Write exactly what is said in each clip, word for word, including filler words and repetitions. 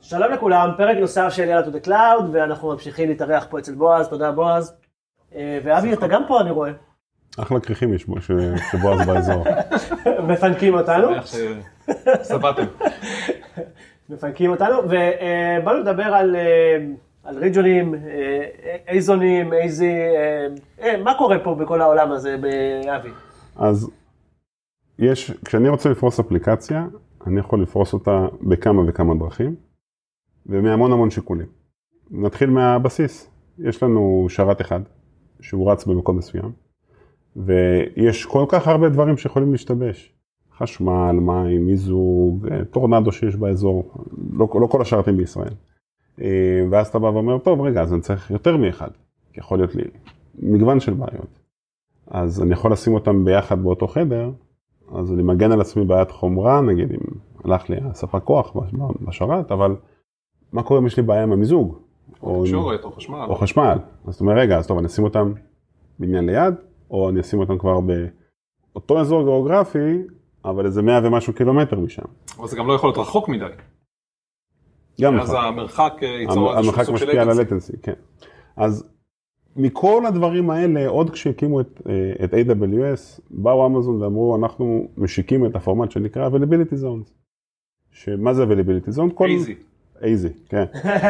שלום לכולם, פרק נוסף של יאללה to the cloud, ואנחנו ממשיכים להתארח פה אצל בועז, תודה בועז. ואבי, אתה גם פה אני רואה. אחלה כריכים יש בו, שבועז באזור. מפנקים אותנו. סבתם. מפנקים אותנו, ובאנו לדבר על, על ריג'ונים, איזונים, איזי, מה קורה פה בכל העולם הזה, באבי? אז יש, כשאני רוצה לפרוס אפליקציה, אני יכול לפרוס אותה בכמה וכמה דרכים, ומהמון המון שיקולים. נתחיל מהבסיס. יש לנו שרת אחד, שהוא רץ במקום מסוים, ויש כל כך הרבה דברים שיכולים להשתבש. חשמל, מים, מיזוג, טורנדו שיש באזור, לא, לא כל השרתים בישראל. ואז אתה בא ואומר, טוב, רגע, אז אני צריך יותר מאחד, כי יכול להיות לי מגוון של בעיות. אז אני יכול לשים אותם ביחד באותו חדר, אז אני מגן על עצמי בעיית חומרה, נגיד אם הלך לי הספק כוח בשרת, אבל מה קורה אם יש לי בעיה עם המיזוג? או תקשורת, או חשמל. או חשמל. אז זאת אומרת, רגע, אז טוב, אני אשים אותם בניין ליד, או אני אשים אותם כבר באותו אזור גיאוגרפי, אבל איזה מאה ומשהו קילומטר משם. אבל זה גם לא יכול להיות רחוק מדי. גם נכון. אז המרחק ייצור איזשהו סוג של משפיע על הלטנסי, כן. אז מכל הדברים האלה, עוד כשהקימו את, את איי דאבליו אס, באו אמזון ואמרו, אנחנו משיקים את הפורמט שנקרא Availability Zones. שמה זה Availability Zone? כל... Easy. Easy, כן.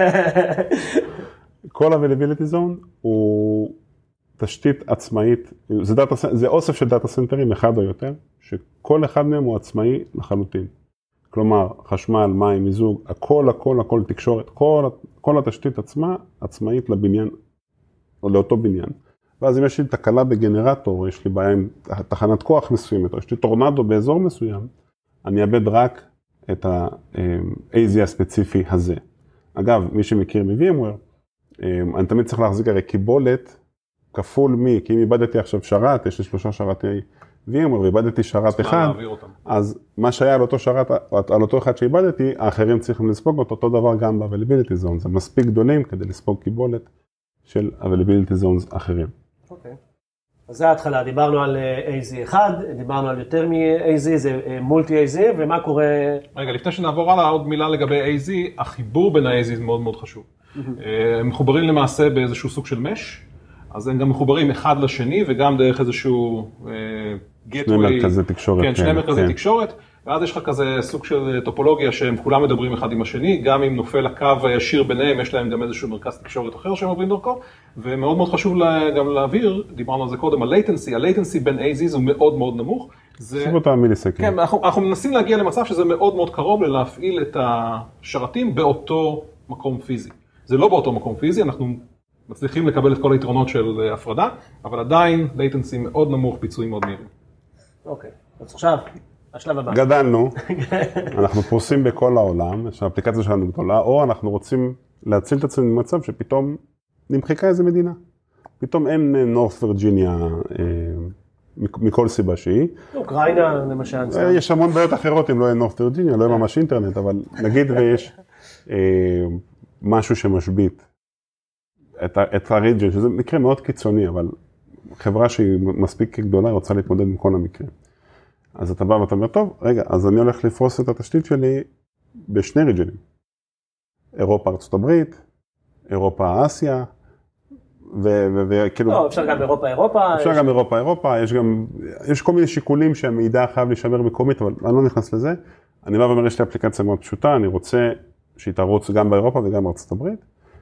כל Availability Zone הוא תשתית עצמאית, זה, דאטה, זה אוסף של דאטה סנטרים, אחד או יותר, שכל אחד מהם הוא עצמאי לחלוטין. כלומר, חשמל, מים, מיזוג, הכל, הכל, הכל תקשורת, כל, כל התשתית עצמה עצמאית לבניין, או לאותו בניין. ואז אם יש לי תקלה בגנרטור, יש לי בעיה עם תחנת כוח מסוימת, או יש לי טורנדו באזור מסוים, אני אאבד רק את ה-איי זי הספציפי הזה. אגב, מי שמכיר מ-VMware, אני תמיד צריך להחזיק הרי קיבולת כפול מי, כי אם איבדתי עכשיו שרת, יש לי שלושה שרתי VMware, ואיבדתי שרת אחד, אז מה שהיה על אותו שרת, על אותו אחד שאיבדתי, האחרים צריכים לספוג אותו, אותו דבר גם ב-Availability Zones, זה מספיק גדולים כדי לספוג קיבולת של Availability Zones אחרים. אוקיי. אז זה ההתחלה, דיברנו על איי זי אחד, דיברנו על יותר מ-איי זי, זה מולטי-איי זי, ומה קורה... רגע, לפני שנעבור הלאה, עוד מילה לגבי איי זי, החיבור בין ה-איי זי זה מאוד מאוד חשוב. הם מחוברים למעשה באיזשהו סוג של מש, אז הם גם מחוברים אחד לשני, וגם דרך איזשהו gateway... שני מרכזי תקשורת. כן, שני מרכזי תקשורת, ואז יש לך כזה סוג של טופולוגיה שהם כולם מדברים אחד עם השני, גם אם נופל הקו הישיר ביניהם, יש להם גם איזשהו מרכז תקשורת אחר שהם עוברים דרכו, ומאוד מאוד חשוב גם להעביר, דיברנו על זה קודם, ה-latency, ה-latency בין איי זי הוא מאוד מאוד נמוך. שים אותה מיליסקנד. כן, אנחנו, אנחנו מנסים להגיע למצב שזה מאוד מאוד קרוב ללהפעיל את השרתים באותו מקום פיזי. זה לא באותו מקום פיזי, אנחנו מצליחים לקבל את כל היתרונות של הפרדה, אבל עדיין latency מאוד נמוך, ביצועים מאוד מהירים. אוקיי, אז עכשיו... השלב הבא. גדלנו, אנחנו פרוסים בכל העולם, יש האפליקציה שלנו גדולה, או אנחנו רוצים להציל את עצמנו במצב שפתאום נמחקה איזה מדינה. פתאום אין נורת' וירג'יניה מכל סיבה שהיא. אוקראינה למשל. יש המון בעיות אחרות אם לא אין נורת' וירג'יניה, לא אין ממש אינטרנט, אבל נגיד ויש משהו שמשבית את הריג'ן, שזה מקרה מאוד קיצוני, אבל חברה שהיא מספיק גדולה רוצה להתמודד עם כל המקרים. אז אתה בא ואתה אומר, טוב, רגע, אז אני הולך לפרוס את התשתית שלי בשני ריג'נים. אירופה, ארצות הברית, אירופה, אסיה, וכאילו... לא, אפשר גם אירופה, אירופה. אפשר גם אירופה, אירופה, יש גם, יש כל מיני שיקולים שהמידע חייב להישמר מקומית, אבל אני לא נכנס לזה. אני בא ואומר, יש לי אפליקציה מאוד פשוטה, אני רוצה שהיא תרוץ גם באירופה וגם בארצות הברית.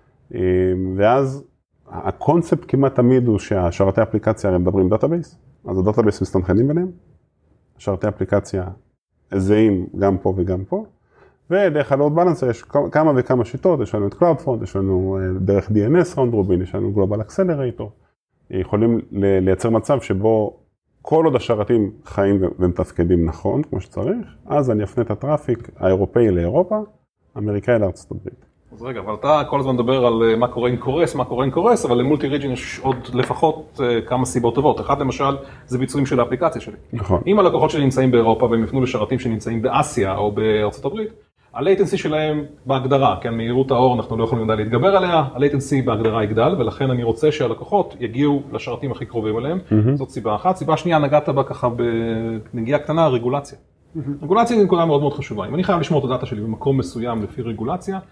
ואז הקונספט כמעט תמיד הוא שהשרתי אפליקציה הרי מדברים דאטאבייס, אז הדאטאבייס מסתנכרנים ביניהם. שרתי אפליקציה זהים גם פה וגם פה, ודרך הלואוד בלנסר יש כמה וכמה שיטות, יש לנו את CloudFront, יש לנו דרך די אן אס, Round Robin, יש לנו Global Accelerator, יכולים לייצר מצב שבו כל עוד השרתים חיים ומתפקדים נכון, כמו שצריך, אז אני אפנה את הטראפיק האירופאי לאירופה, האמריקאי לארצות הברית. אז רגע, אבל אתה כל הזמן מדבר על מה קורה עם קורס, מה קורה עם קורס, אבל למולטי ריג'ן יש עוד לפחות כמה סיבות טובות. אחד למשל, זה ביצועים של האפליקציה שלי. נכון. אם הלקוחות שלי נמצאים באירופה והם יפנו לשרתים שנמצאים באסיה או בארצות הברית, ה-latency שלהם בהגדרה, כן, מהירות האור אנחנו לא יכולים לדעת להתגבר עליה, ה-latency בהגדרה יגדל, ולכן אני רוצה שהלקוחות יגיעו לשרתים הכי קרובים אליהם. Mm-hmm. זאת סיבה אחת. סיבה שנייה, נגעת בה ככה בנגיעה קטנה, רגולציה. Mm-hmm. רגולציה היא נקודה מאוד מאוד חשובה. אם אני חייב לשמור את הדאטה שלי במקום מסוים לפי רגולציה,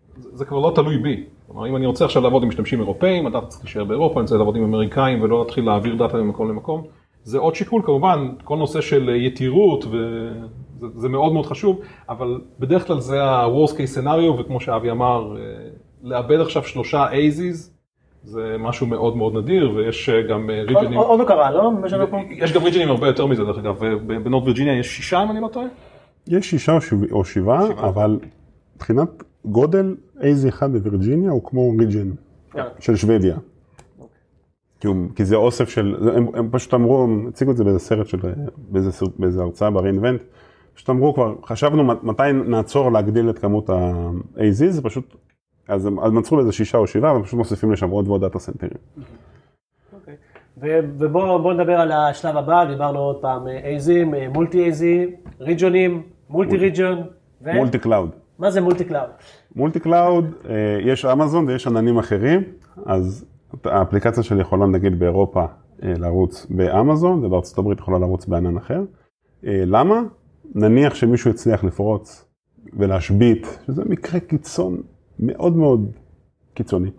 זה, זה כבר לא תלוי בי. כלומר, אם אני רוצה עכשיו לעבוד עם משתמשים אירופאים, הדאטה צריך להישאר באירופה, אני רוצה לעבוד עם אמריקאים ולא להתחיל להעביר דאטה ממקום למקום. זה עוד שיקול, כמובן, כל נושא של יתירות, וזה זה מאוד מאוד חשוב, אבל בדרך כלל זה ה-worst case scenario, וכמו שאבי אמר, לאבד עכשיו שלושה אייזיז, זה משהו מאוד מאוד נדיר, ויש גם ריג'נים... עוד לא קרה, לא? יש גם ריג'נים הרבה יותר מזה, דרך אגב, ובנורט וירג'יניה יש שישה, אם אני לא טועה? יש שישה או שבעה, אבל מבחינת גודל, אייזי אחד בווירג'יניה הוא כמו ריג'ן של שוודיה. כי זה אוסף של, הם פשוט אמרו, הציגו את זה באיזה סרט של, באיזה הרצאה ב-Reinvent, פשוט אמרו כבר, חשבנו מתי נעצור להגדיל את כמות ה-איי זי, זה פשוט, אז מצאו לזה שישה או שבעה, ופשוט מוסיפים לשם עוד ועוד דאטה סנטרים. אוקיי, ובואו נדבר על השלב הבא, דיברנו עוד פעם איי זי, מולטי איי זי, ריג'ונים, מולטי ריג'ון, ו... מולטי קלאוד. מה זה מולטי קלאוד? מולטי קלאוד, יש אמזון ויש עננים אחרים, אז האפליקציה שלי יכולה נגיד באירופה לרוץ באמזון, ובארצות הברית יכולה לרוץ בענן אחר. למה? נניח שמישהו הצליח לפרוץ ולהשבית, שזה מקרה קיצון מאוד מאוד קיצוני.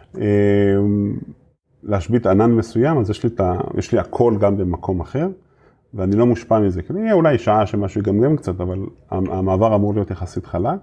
להשבית ענן מסוים, אז יש לי, את ה... יש לי הכל גם במקום אחר, ואני לא מושפע מזה. כי יהיה אולי שעה שמשהו יגמגם קצת, אבל המעבר אמור להיות יחסית חלק.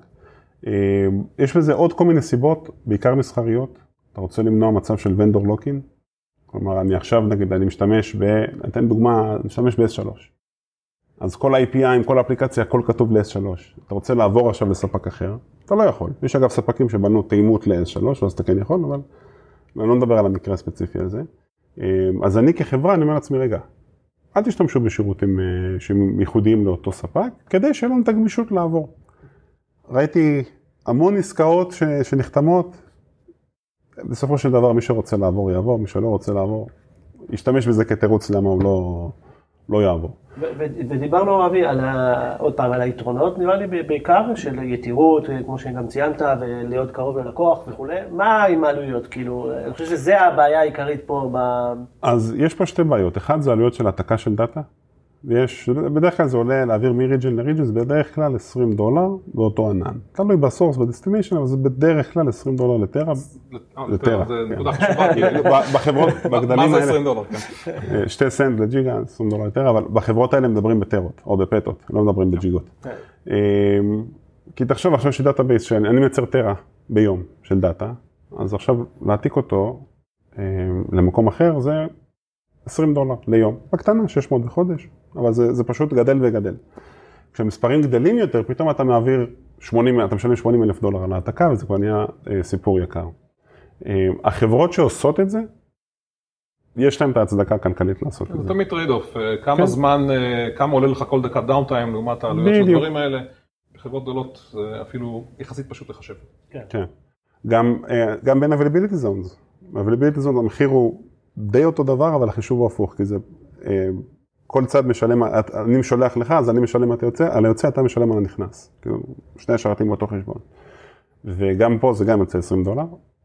יש בזה עוד כל מיני סיבות, בעיקר מסחריות. אתה רוצה למנוע מצב של ונדור לוקין? כלומר, אני עכשיו נגיד, אני משתמש ב... אני אתן דוגמה, אני משתמש ב-אס שלוש. אז כל ה-איי פי איי, כל האפליקציה, הכל כתוב ל-אס שלוש. אתה רוצה לעבור עכשיו לספק אחר, אתה לא יכול. יש אגב ספקים שבנו תאימות ל-אס שלוש, אז אתה כן יכול, אבל אני לא מדבר על המקרה הספציפי הזה. אז אני כחברה, אני אומר לעצמי, רגע, אל תשתמשו בשירותים שהם ייחודיים לאותו ספק, כדי שיהיה לנו את הגמישות לעבור. ראיתי המון עסקאות ש... שנחתמות, בסופו של דבר מי שרוצה לעבור יעבור, מי שלא רוצה לעבור, ישתמש בזה כתירוץ למה הוא לא, לא יעבור. ודיברנו אבי על ה... עוד פעם על היתרונות, נראה לי בעיקר של יתירות, כמו שגם ציינת, ולהיות קרוב ללקוח וכו'. מה עם העלויות? כאילו, אני חושב שזה הבעיה העיקרית פה ב... אז יש פה שתי בעיות. אחד זה עלויות של העתקה של דאטה. ויש, בדרך כלל זה עולה להעביר מ-region ל-region, זה בדרך כלל עשרים דולר באותו ענן. תלוי בסורס, בדסטיניישן, אבל זה בדרך כלל עשרים דולר לטרה. לטרה, זה נקודה חשובה. בחברות, בגדלים האלה. מה זה עשרים דולר? שתי סנט לג'יגה, עשרים דולר לטרה, אבל בחברות האלה מדברים בטרות, או בפטות, לא מדברים בג'יגות. כי תחשוב עכשיו שדאטה בייס, שאני מייצר טרה ביום של דאטה, אז עכשיו להעתיק אותו למקום אחר, זה עשרים דולר ליום. בקטנה, שש מאות בחודש. אבל זה, זה פשוט גדל וגדל. כשמספרים גדלים יותר, פתאום אתה מעביר שמונים, אתה משלם שמונים אלף דולר על העתקה, וזה כבר נהיה אה, סיפור יקר. אה, החברות שעושות את זה, יש להם את ההצדקה הכלכלית לעשות את זה. זה תמיד טרייד אוף. כמה זמן, כמה עולה לך כל דקת דאונטיים לעומת העלויות של הדברים האלה. בחברות גדולות זה אפילו יחסית פשוט לחשב. כן. גם, גם בין availability zones. availability zones, המחיר הוא די אותו דבר, אבל החישוב הוא הפוך, כי זה... כל צד משלם, אני משולח לך, אז אני משלם את היוצא, על היוצא אתה משלם על הנכנס. כאילו, שני השרתים באותו חשבון. וגם פה זה גם יוצא עשרים דולר,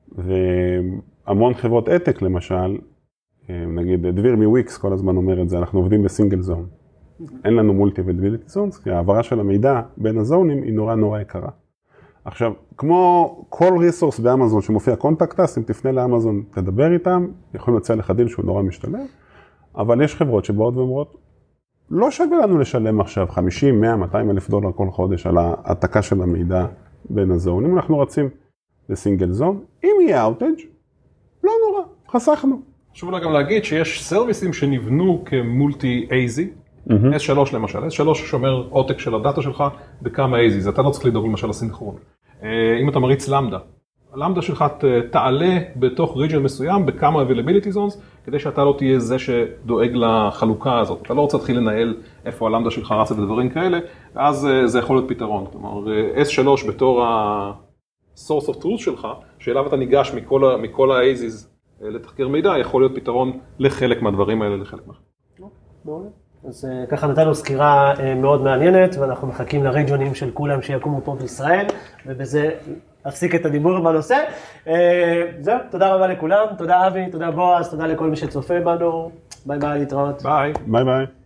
והמון חברות עתק למשל, נגיד דביר מוויקס כל הזמן אומר את זה, אנחנו עובדים בסינגל זון. אין לנו מולטי availability zones, כי העברה של המידע בין הזונים היא נורא נורא יקרה. עכשיו, כמו כל ריסורס באמזון שמופיע קונטקט אס, אם תפנה לאמזון, תדבר איתם, יכולים לציין לך דיל שהוא נורא משתלם, אבל יש חברות שבאות ואומרות, לא שווה לנו לשלם עכשיו חמישים, מאה, מאתיים אלף דולר כל חודש על העתקה של המידע בין הזונים, אנחנו רצים לסינגל זון, אם יהיה אאוטג' לא נורא, חסכנו. חשוב אולי גם להגיד שיש סרוויסים שנבנו כמולטי אייזי, אס שלוש למשל, אס שלוש שומר עותק של הדאטה שלך בכמה אייזיז, אתה לא צריך לדאוג למשל לסינכרון. אם אתה מריץ למדה, הלמדה שלך תעלה בתוך ריג'ן מסוים בכמה availability zones, כדי שאתה לא תהיה זה שדואג לחלוקה הזאת. אתה לא רוצה להתחיל לנהל איפה הלמדה שלך רצה ודברים כאלה, ואז זה יכול להיות פתרון. כלומר, אס שלוש בתור ה-source of truth שלך, שאליו אתה ניגש מכל, מכל ה-אייזיז לתחקר מידע, יכול להיות פתרון לחלק מהדברים האלה, לחלק מהאחרים. אז ככה נתנו סקירה מאוד מעניינת, ואנחנו מחכים לריג'ונים של כולם שיקומו פה בישראל, ובזה נפסיק את הדיבור בנושא. זהו, תודה רבה לכולם, תודה אבי, תודה בועז, תודה לכל מי שצופה בנו, ביי ביי, להתראות. ביי. ביי ביי.